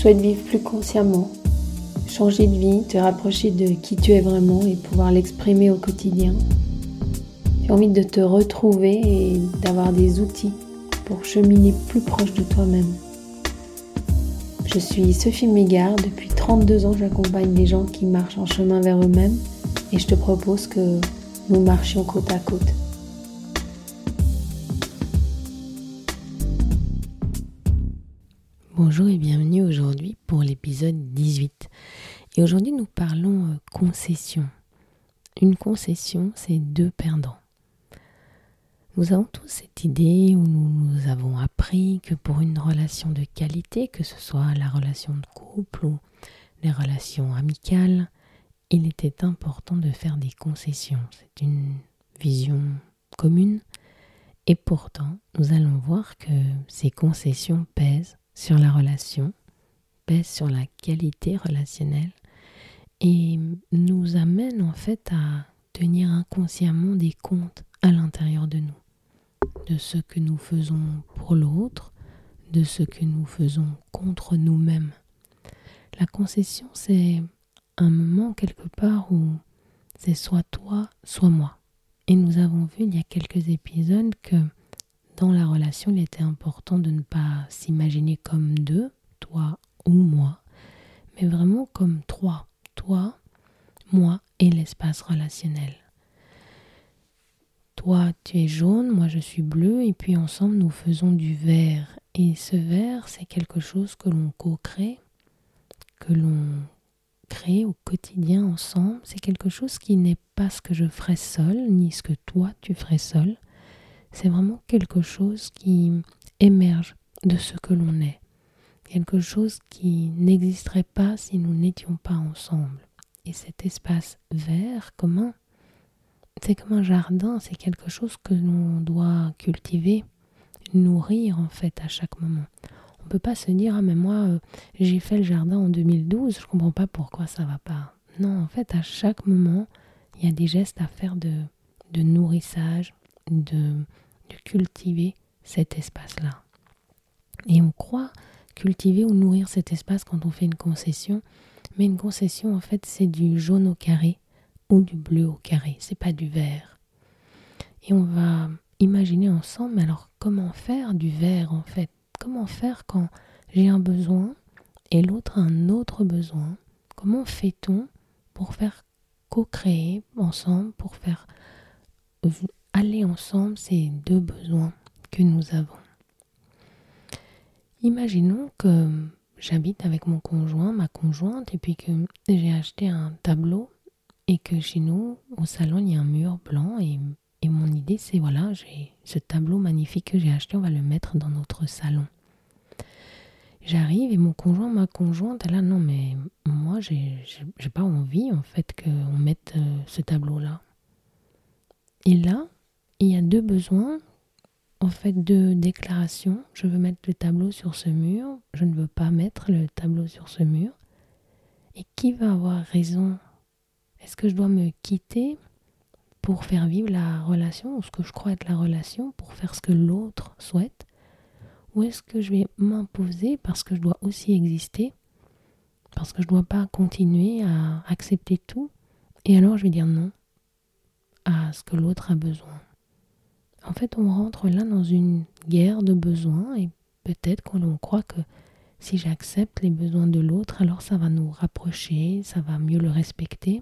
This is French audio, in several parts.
souhaites vivre plus consciemment, changer de vie, te rapprocher de qui tu es vraiment et pouvoir l'exprimer au quotidien. Tu as envie de te retrouver et d'avoir des outils pour cheminer plus proche de toi-même. Je suis Sophie Mégard, depuis 32 ans j'accompagne des gens qui marchent en chemin vers eux-mêmes et je te propose que nous marchions côte à côte. Bonjour et bienvenue aujourd'hui pour l'épisode 18. Et aujourd'hui nous parlons concession. Une concession, c'est deux perdants. Nous avons tous cette idée où nous avons appris que pour une relation de qualité, que ce soit la relation de couple ou les relations amicales, il était important de faire des concessions. C'est une vision commune. Et pourtant, nous allons voir que ces concessions pèsent sur la relation, pèsent sur la qualité relationnelle et nous amènent en fait à tenir inconsciemment des comptes à l'intérieur de nous, de ce que nous faisons pour l'autre, de ce que nous faisons contre nous-mêmes. La concession, c'est un moment quelque part où c'est soit toi, soit moi. Et nous avons vu il y a quelques épisodes que dans la relation, il était important de ne pas s'imaginer comme deux, toi ou moi, mais vraiment comme trois, toi, moi et l'espace relationnel. Toi, tu es jaune, moi je suis bleu, et puis ensemble nous faisons du vert. Et ce vert, c'est quelque chose que l'on co-crée, que l'on crée au quotidien ensemble. C'est quelque chose qui n'est pas ce que je ferais seul, ni ce que toi tu ferais seul. C'est vraiment quelque chose qui émerge de ce que l'on est. Quelque chose qui n'existerait pas si nous n'étions pas ensemble. Et cet espace vert commun, c'est comme un jardin, c'est quelque chose que l'on doit cultiver, nourrir en fait à chaque moment. On ne peut pas se dire « Ah mais moi j'ai fait le jardin en 2012, je ne comprends pas pourquoi ça ne va pas ». Non, en fait à chaque moment, il y a des gestes à faire de nourrissage, de cultiver cet espace-là. Et on croit cultiver ou nourrir cet espace quand on fait une concession, mais une concession en fait c'est du jaune au carré ou du bleu au carré, c'est pas du vert. Et on va imaginer ensemble, alors comment faire du vert en fait? Comment faire quand j'ai un besoin et l'autre a un autre besoin? Comment fait-on pour faire co-créer ensemble, pour faire aller ensemble ces deux besoins que nous avons? Imaginons que j'habite avec mon conjoint, ma conjointe, et puis que j'ai acheté un tableau et que chez nous, au salon, il y a un mur blanc et mon idée c'est voilà, j'ai ce tableau magnifique que j'ai acheté, on va le mettre dans notre salon. J'arrive et mon conjoint, ma conjointe, elle a non mais moi j'ai pas envie en fait qu'on mette ce tableau-là. Et là, il y a deux besoins. En fait, deux déclarations. Je veux mettre le tableau sur ce mur. Je ne veux pas mettre le tableau sur ce mur. Et qui va avoir raison? Est-ce que je dois me quitter pour faire vivre la relation, ou ce que je crois être la relation, pour faire ce que l'autre souhaite? Ou est-ce que je vais m'imposer parce que je dois aussi exister, parce que je ne dois pas continuer à accepter tout, et alors je vais dire non à ce que l'autre a besoin? En fait, on rentre là dans une guerre de besoins et peut-être qu'on croit que si j'accepte les besoins de l'autre, alors ça va nous rapprocher, ça va mieux le respecter.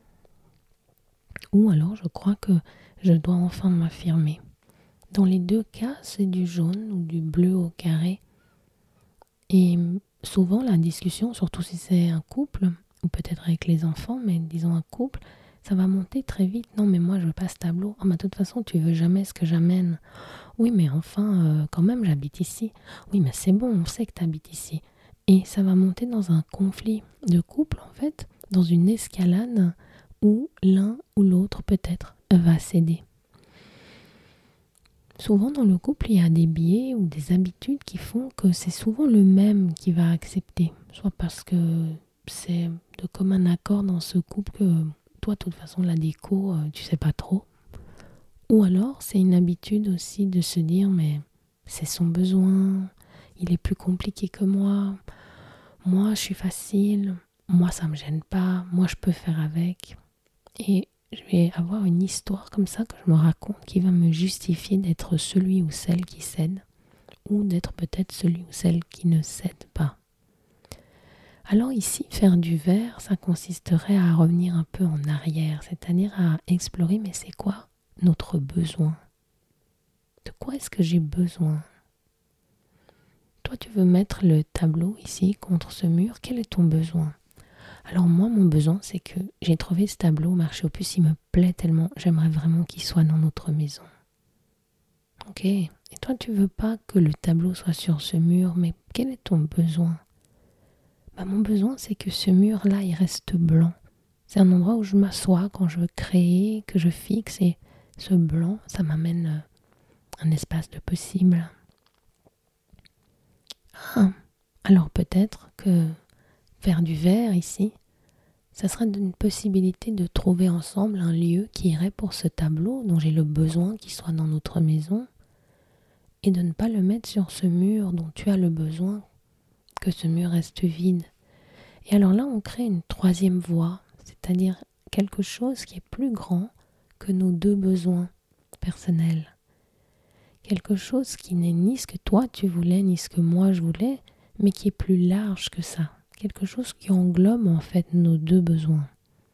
Ou alors je crois que je dois enfin m'affirmer. Dans les deux cas, c'est du jaune ou du bleu au carré. Et souvent la discussion, surtout si c'est un couple, ou peut-être avec les enfants, mais disons un couple, ça va monter très vite. Non mais moi je veux pas ce tableau. Ah mais de toute façon tu veux jamais ce que j'amène. Oui mais enfin quand même j'habite ici. Oui mais c'est bon, on sait que tu habites ici. Et ça va monter dans un conflit de couple en fait, dans une escalade où l'un ou l'autre peut-être va céder. Souvent dans le couple il y a des biais ou des habitudes qui font que c'est souvent le même qui va accepter. Soit parce que c'est de commun accord dans ce couple que toi, de toute façon, la déco, tu sais pas trop. Ou alors, c'est une habitude aussi de se dire, mais c'est son besoin, il est plus compliqué que moi. moi je suis facile, moi ça me gêne pas, moi je peux faire avec. Et je vais avoir une histoire comme ça que je me raconte qui va me justifier d'être celui ou celle qui cède, ou d'être peut-être celui ou celle qui ne cède pas. Alors ici, faire du verre, ça consisterait à revenir un peu en arrière, c'est-à-dire à explorer, mais c'est quoi notre besoin? De quoi est-ce que j'ai besoin? Toi, tu veux mettre le tableau ici contre ce mur, quel est ton besoin? Alors moi, mon besoin, c'est que j'ai trouvé ce tableau au marché aux puces, il me plaît tellement, j'aimerais vraiment qu'il soit dans notre maison. Ok, et toi, tu veux pas que le tableau soit sur ce mur, mais quel est ton besoin? Mon besoin, c'est que ce mur-là, il reste blanc. C'est un endroit où je m'assois quand je veux créer, que je fixe, et ce blanc, ça m'amène un espace de possible. Ah, alors peut-être que faire du verre ici, ça serait une possibilité de trouver ensemble un lieu qui irait pour ce tableau dont j'ai le besoin qu'il soit dans notre maison, et de ne pas le mettre sur ce mur dont tu as le besoin que ce mur reste vide. Et alors là, on crée une troisième voie, c'est-à-dire quelque chose qui est plus grand que nos deux besoins personnels. Quelque chose qui n'est ni ce que toi tu voulais, ni ce que moi je voulais, mais qui est plus large que ça. Quelque chose qui englobe en fait nos deux besoins.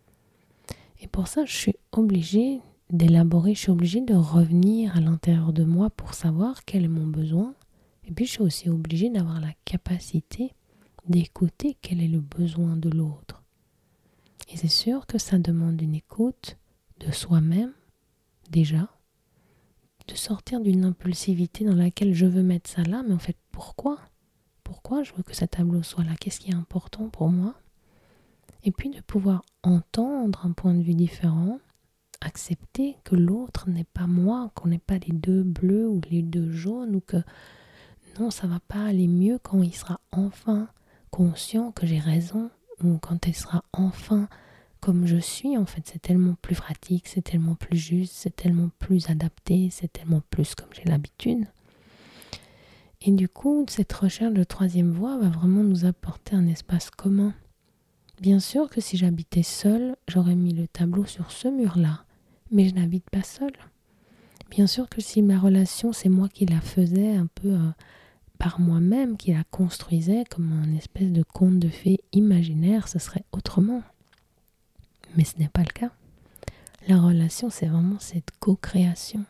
Et pour ça, je suis obligée d'élaborer, je suis obligée de revenir à l'intérieur de moi pour savoir quel est mon besoin. Et puis je suis aussi obligée d'avoir la capacité d'écouter quel est le besoin de l'autre. Et c'est sûr que ça demande une écoute de soi-même, déjà, de sortir d'une impulsivité dans laquelle je veux mettre ça là, mais en fait, pourquoi? Pourquoi je veux que ce tableau soit là? Qu'est-ce qui est important pour moi? Et puis de pouvoir entendre un point de vue différent, accepter que l'autre n'est pas moi, qu'on n'est pas les deux bleus ou les deux jaunes, ou que non, ça va pas aller mieux quand il sera enfin conscient que j'ai raison, ou quand elle sera enfin comme je suis. En fait, c'est tellement plus pratique, c'est tellement plus juste, c'est tellement plus adapté, c'est tellement plus comme j'ai l'habitude. Et du coup, cette recherche de troisième voie va vraiment nous apporter un espace commun. Bien sûr que si j'habitais seule, j'aurais mis le tableau sur ce mur-là, mais je n'habite pas seule. Bien sûr que si ma relation, c'est moi qui la faisais un peu par moi-même, qui la construisais comme un espèce de conte de fées imaginaire, ce serait autrement. Mais ce n'est pas le cas. La relation, c'est vraiment cette co-création.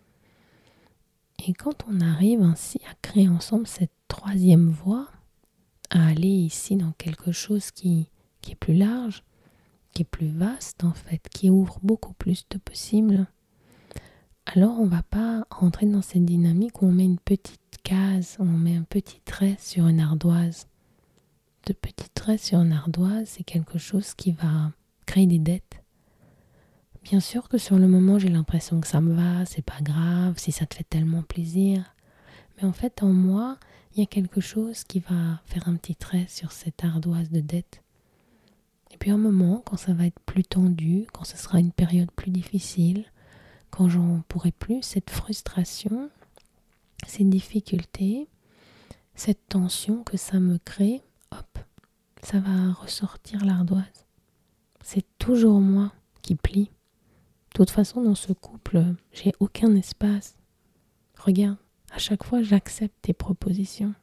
Et quand on arrive ainsi à créer ensemble cette troisième voie, à aller ici dans quelque chose qui est plus large, qui est plus vaste en fait, qui ouvre beaucoup plus de possibles, alors on ne va pas rentrer dans cette dynamique où on met une petite case, on met un petit trait sur une ardoise. Ce petit trait sur une ardoise, c'est quelque chose qui va créer des dettes. Bien sûr que sur le moment, j'ai l'impression que ça me va, c'est pas grave, si ça te fait tellement plaisir. Mais en fait, en moi, il y a quelque chose qui va faire un petit trait sur cette ardoise de dette. Et puis un moment, quand ça va être plus tendu, quand ce sera une période plus difficile, quand j'en pourrai plus, cette frustration, ces difficultés, cette tension que ça me crée, hop, ça va ressortir l'ardoise. C'est toujours moi qui plie. De toute façon, dans ce couple, j'ai aucun espace. Regarde, à chaque fois, j'accepte tes propositions.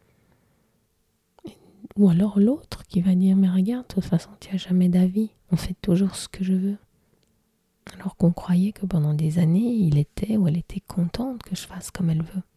Ou alors l'autre qui va dire, mais regarde, de toute façon, tu n'as jamais d'avis. On fait toujours ce que je veux. Alors qu'on croyait que pendant des années, il était ou elle était contente que je fasse comme elle veut.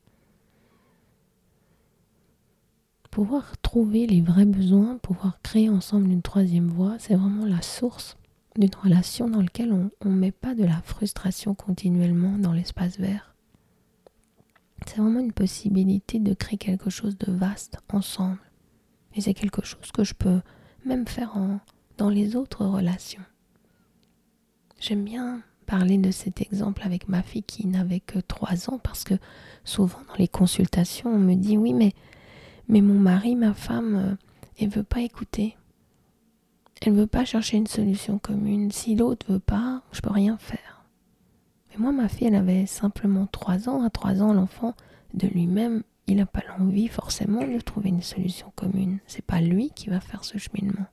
Pouvoir trouver les vrais besoins, pouvoir créer ensemble une troisième voie, c'est vraiment la source d'une relation dans laquelle on ne met pas de la frustration continuellement dans l'espace vert. C'est vraiment une possibilité de créer quelque chose de vaste ensemble. Et c'est quelque chose que je peux même faire dans les autres relations. J'aime bien parler de cet exemple avec ma fille qui n'avait que 3 ans parce que souvent dans les consultations, on me dit « Oui, mais mon mari, ma femme, elle ne veut pas écouter. Elle ne veut pas chercher une solution commune. Si l'autre ne veut pas, je ne peux rien faire. » Mais moi, ma fille, elle avait simplement 3 ans. À 3 ans, l'enfant, de lui-même, il n'a pas l'envie forcément de trouver une solution commune. C'est pas lui qui va faire ce cheminement.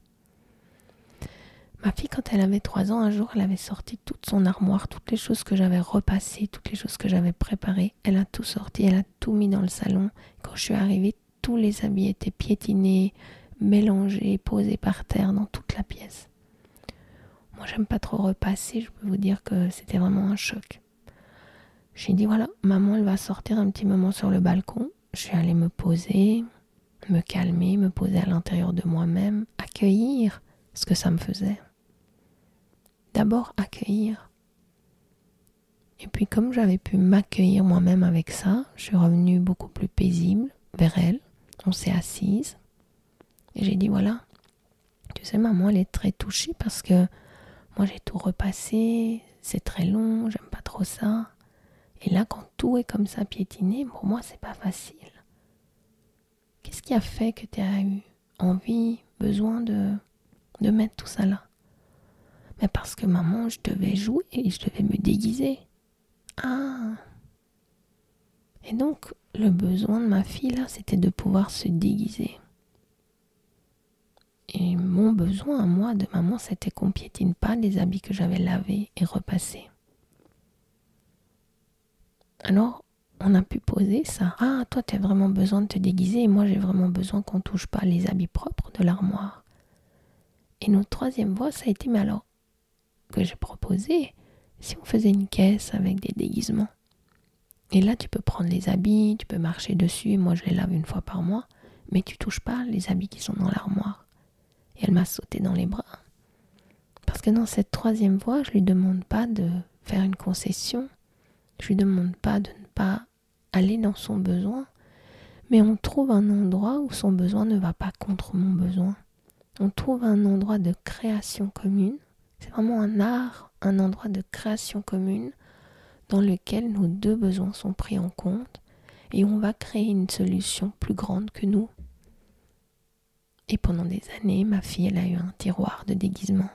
Ma fille, quand elle avait 3 ans, un jour, elle avait sorti toute son armoire, toutes les choses que j'avais repassées, toutes les choses que j'avais préparées. Elle a tout sorti, elle a tout mis dans le salon. Quand je suis arrivée, tous les habits étaient piétinés, mélangés, posés par terre dans toute la pièce. Moi, j'aime pas trop repasser, je peux vous dire que c'était vraiment un choc. J'ai dit, voilà, maman, elle va sortir un petit moment sur le balcon. Je suis allée me poser, me calmer, me poser à l'intérieur de moi-même, accueillir ce que ça me faisait. D'abord accueillir. Et puis comme j'avais pu m'accueillir moi-même avec ça, je suis revenue beaucoup plus paisible vers elle. On s'est assise. Et j'ai dit, voilà, tu sais, maman, elle est très touchée parce que moi, j'ai tout repassé, c'est très long, j'aime pas trop ça. Et là, quand tout est comme ça piétiné, pour moi, c'est pas facile. Qu'est-ce qui a fait que tu as eu envie, besoin de mettre tout ça là? Mais parce que maman, je devais jouer et je devais me déguiser. Ah! Et donc, le besoin de ma fille là, c'était de pouvoir se déguiser. Et mon besoin à moi, de maman, c'était qu'on piétine pas les habits que j'avais lavés et repassés. Alors, on a pu poser ça. Ah, toi, tu as vraiment besoin de te déguiser et moi, j'ai vraiment besoin qu'on touche pas les habits propres de l'armoire. Et notre troisième voie, ça a été, mais alors, que j'ai proposé, si on faisait une caisse avec des déguisements. Et là, tu peux prendre les habits, tu peux marcher dessus, moi, je les lave une fois par mois, mais tu touches pas les habits qui sont dans l'armoire. Et elle m'a sauté dans les bras. Parce que dans cette troisième voie, je lui demande pas de faire une concession, je lui demande pas de ne pas aller dans son besoin, mais on trouve un endroit où son besoin ne va pas contre mon besoin. On trouve un endroit de création commune. C'est vraiment un art, un endroit de création commune dans lequel nos deux besoins sont pris en compte et on va créer une solution plus grande que nous. Et pendant des années, ma fille, elle a eu un tiroir de déguisement.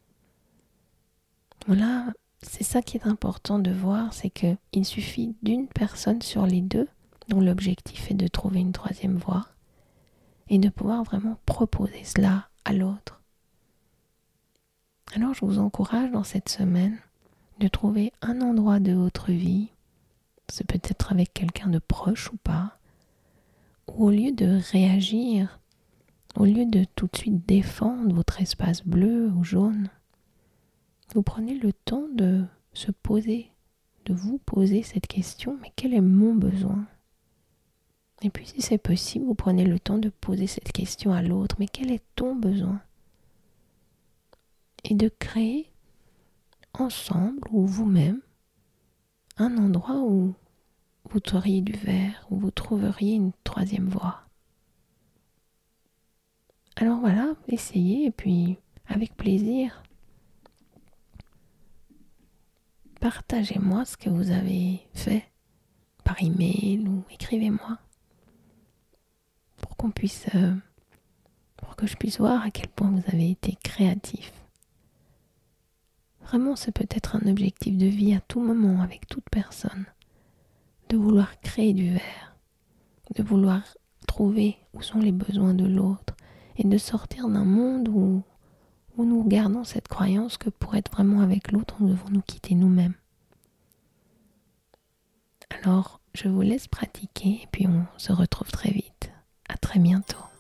Voilà, c'est ça qui est important de voir, c'est qu'il suffit d'une personne sur les deux dont l'objectif est de trouver une troisième voie et de pouvoir vraiment proposer cela à l'autre. Alors je vous encourage dans cette semaine de trouver un endroit de votre vie, c'est peut-être avec quelqu'un de proche ou pas, où au lieu de réagir, au lieu de tout de suite défendre votre espace bleu ou jaune, vous prenez le temps de se poser, de vous poser cette question, mais quel est mon besoin? Et puis si c'est possible, vous prenez le temps de poser cette question à l'autre, mais quel est ton besoin? Et de créer ensemble ou vous-même un endroit où vous trouveriez du vert, où vous trouveriez une troisième voie. Alors voilà, essayez et puis avec plaisir, partagez-moi ce que vous avez fait par email ou écrivez-moi pour pour que je puisse voir à quel point vous avez été créatif. Vraiment, c'est peut-être un objectif de vie à tout moment avec toute personne, de vouloir créer du vert, de vouloir trouver où sont les besoins de l'autre et de sortir d'un monde où nous gardons cette croyance que pour être vraiment avec l'autre, nous devons nous quitter nous-mêmes. Alors, je vous laisse pratiquer et puis on se retrouve très vite. À très bientôt.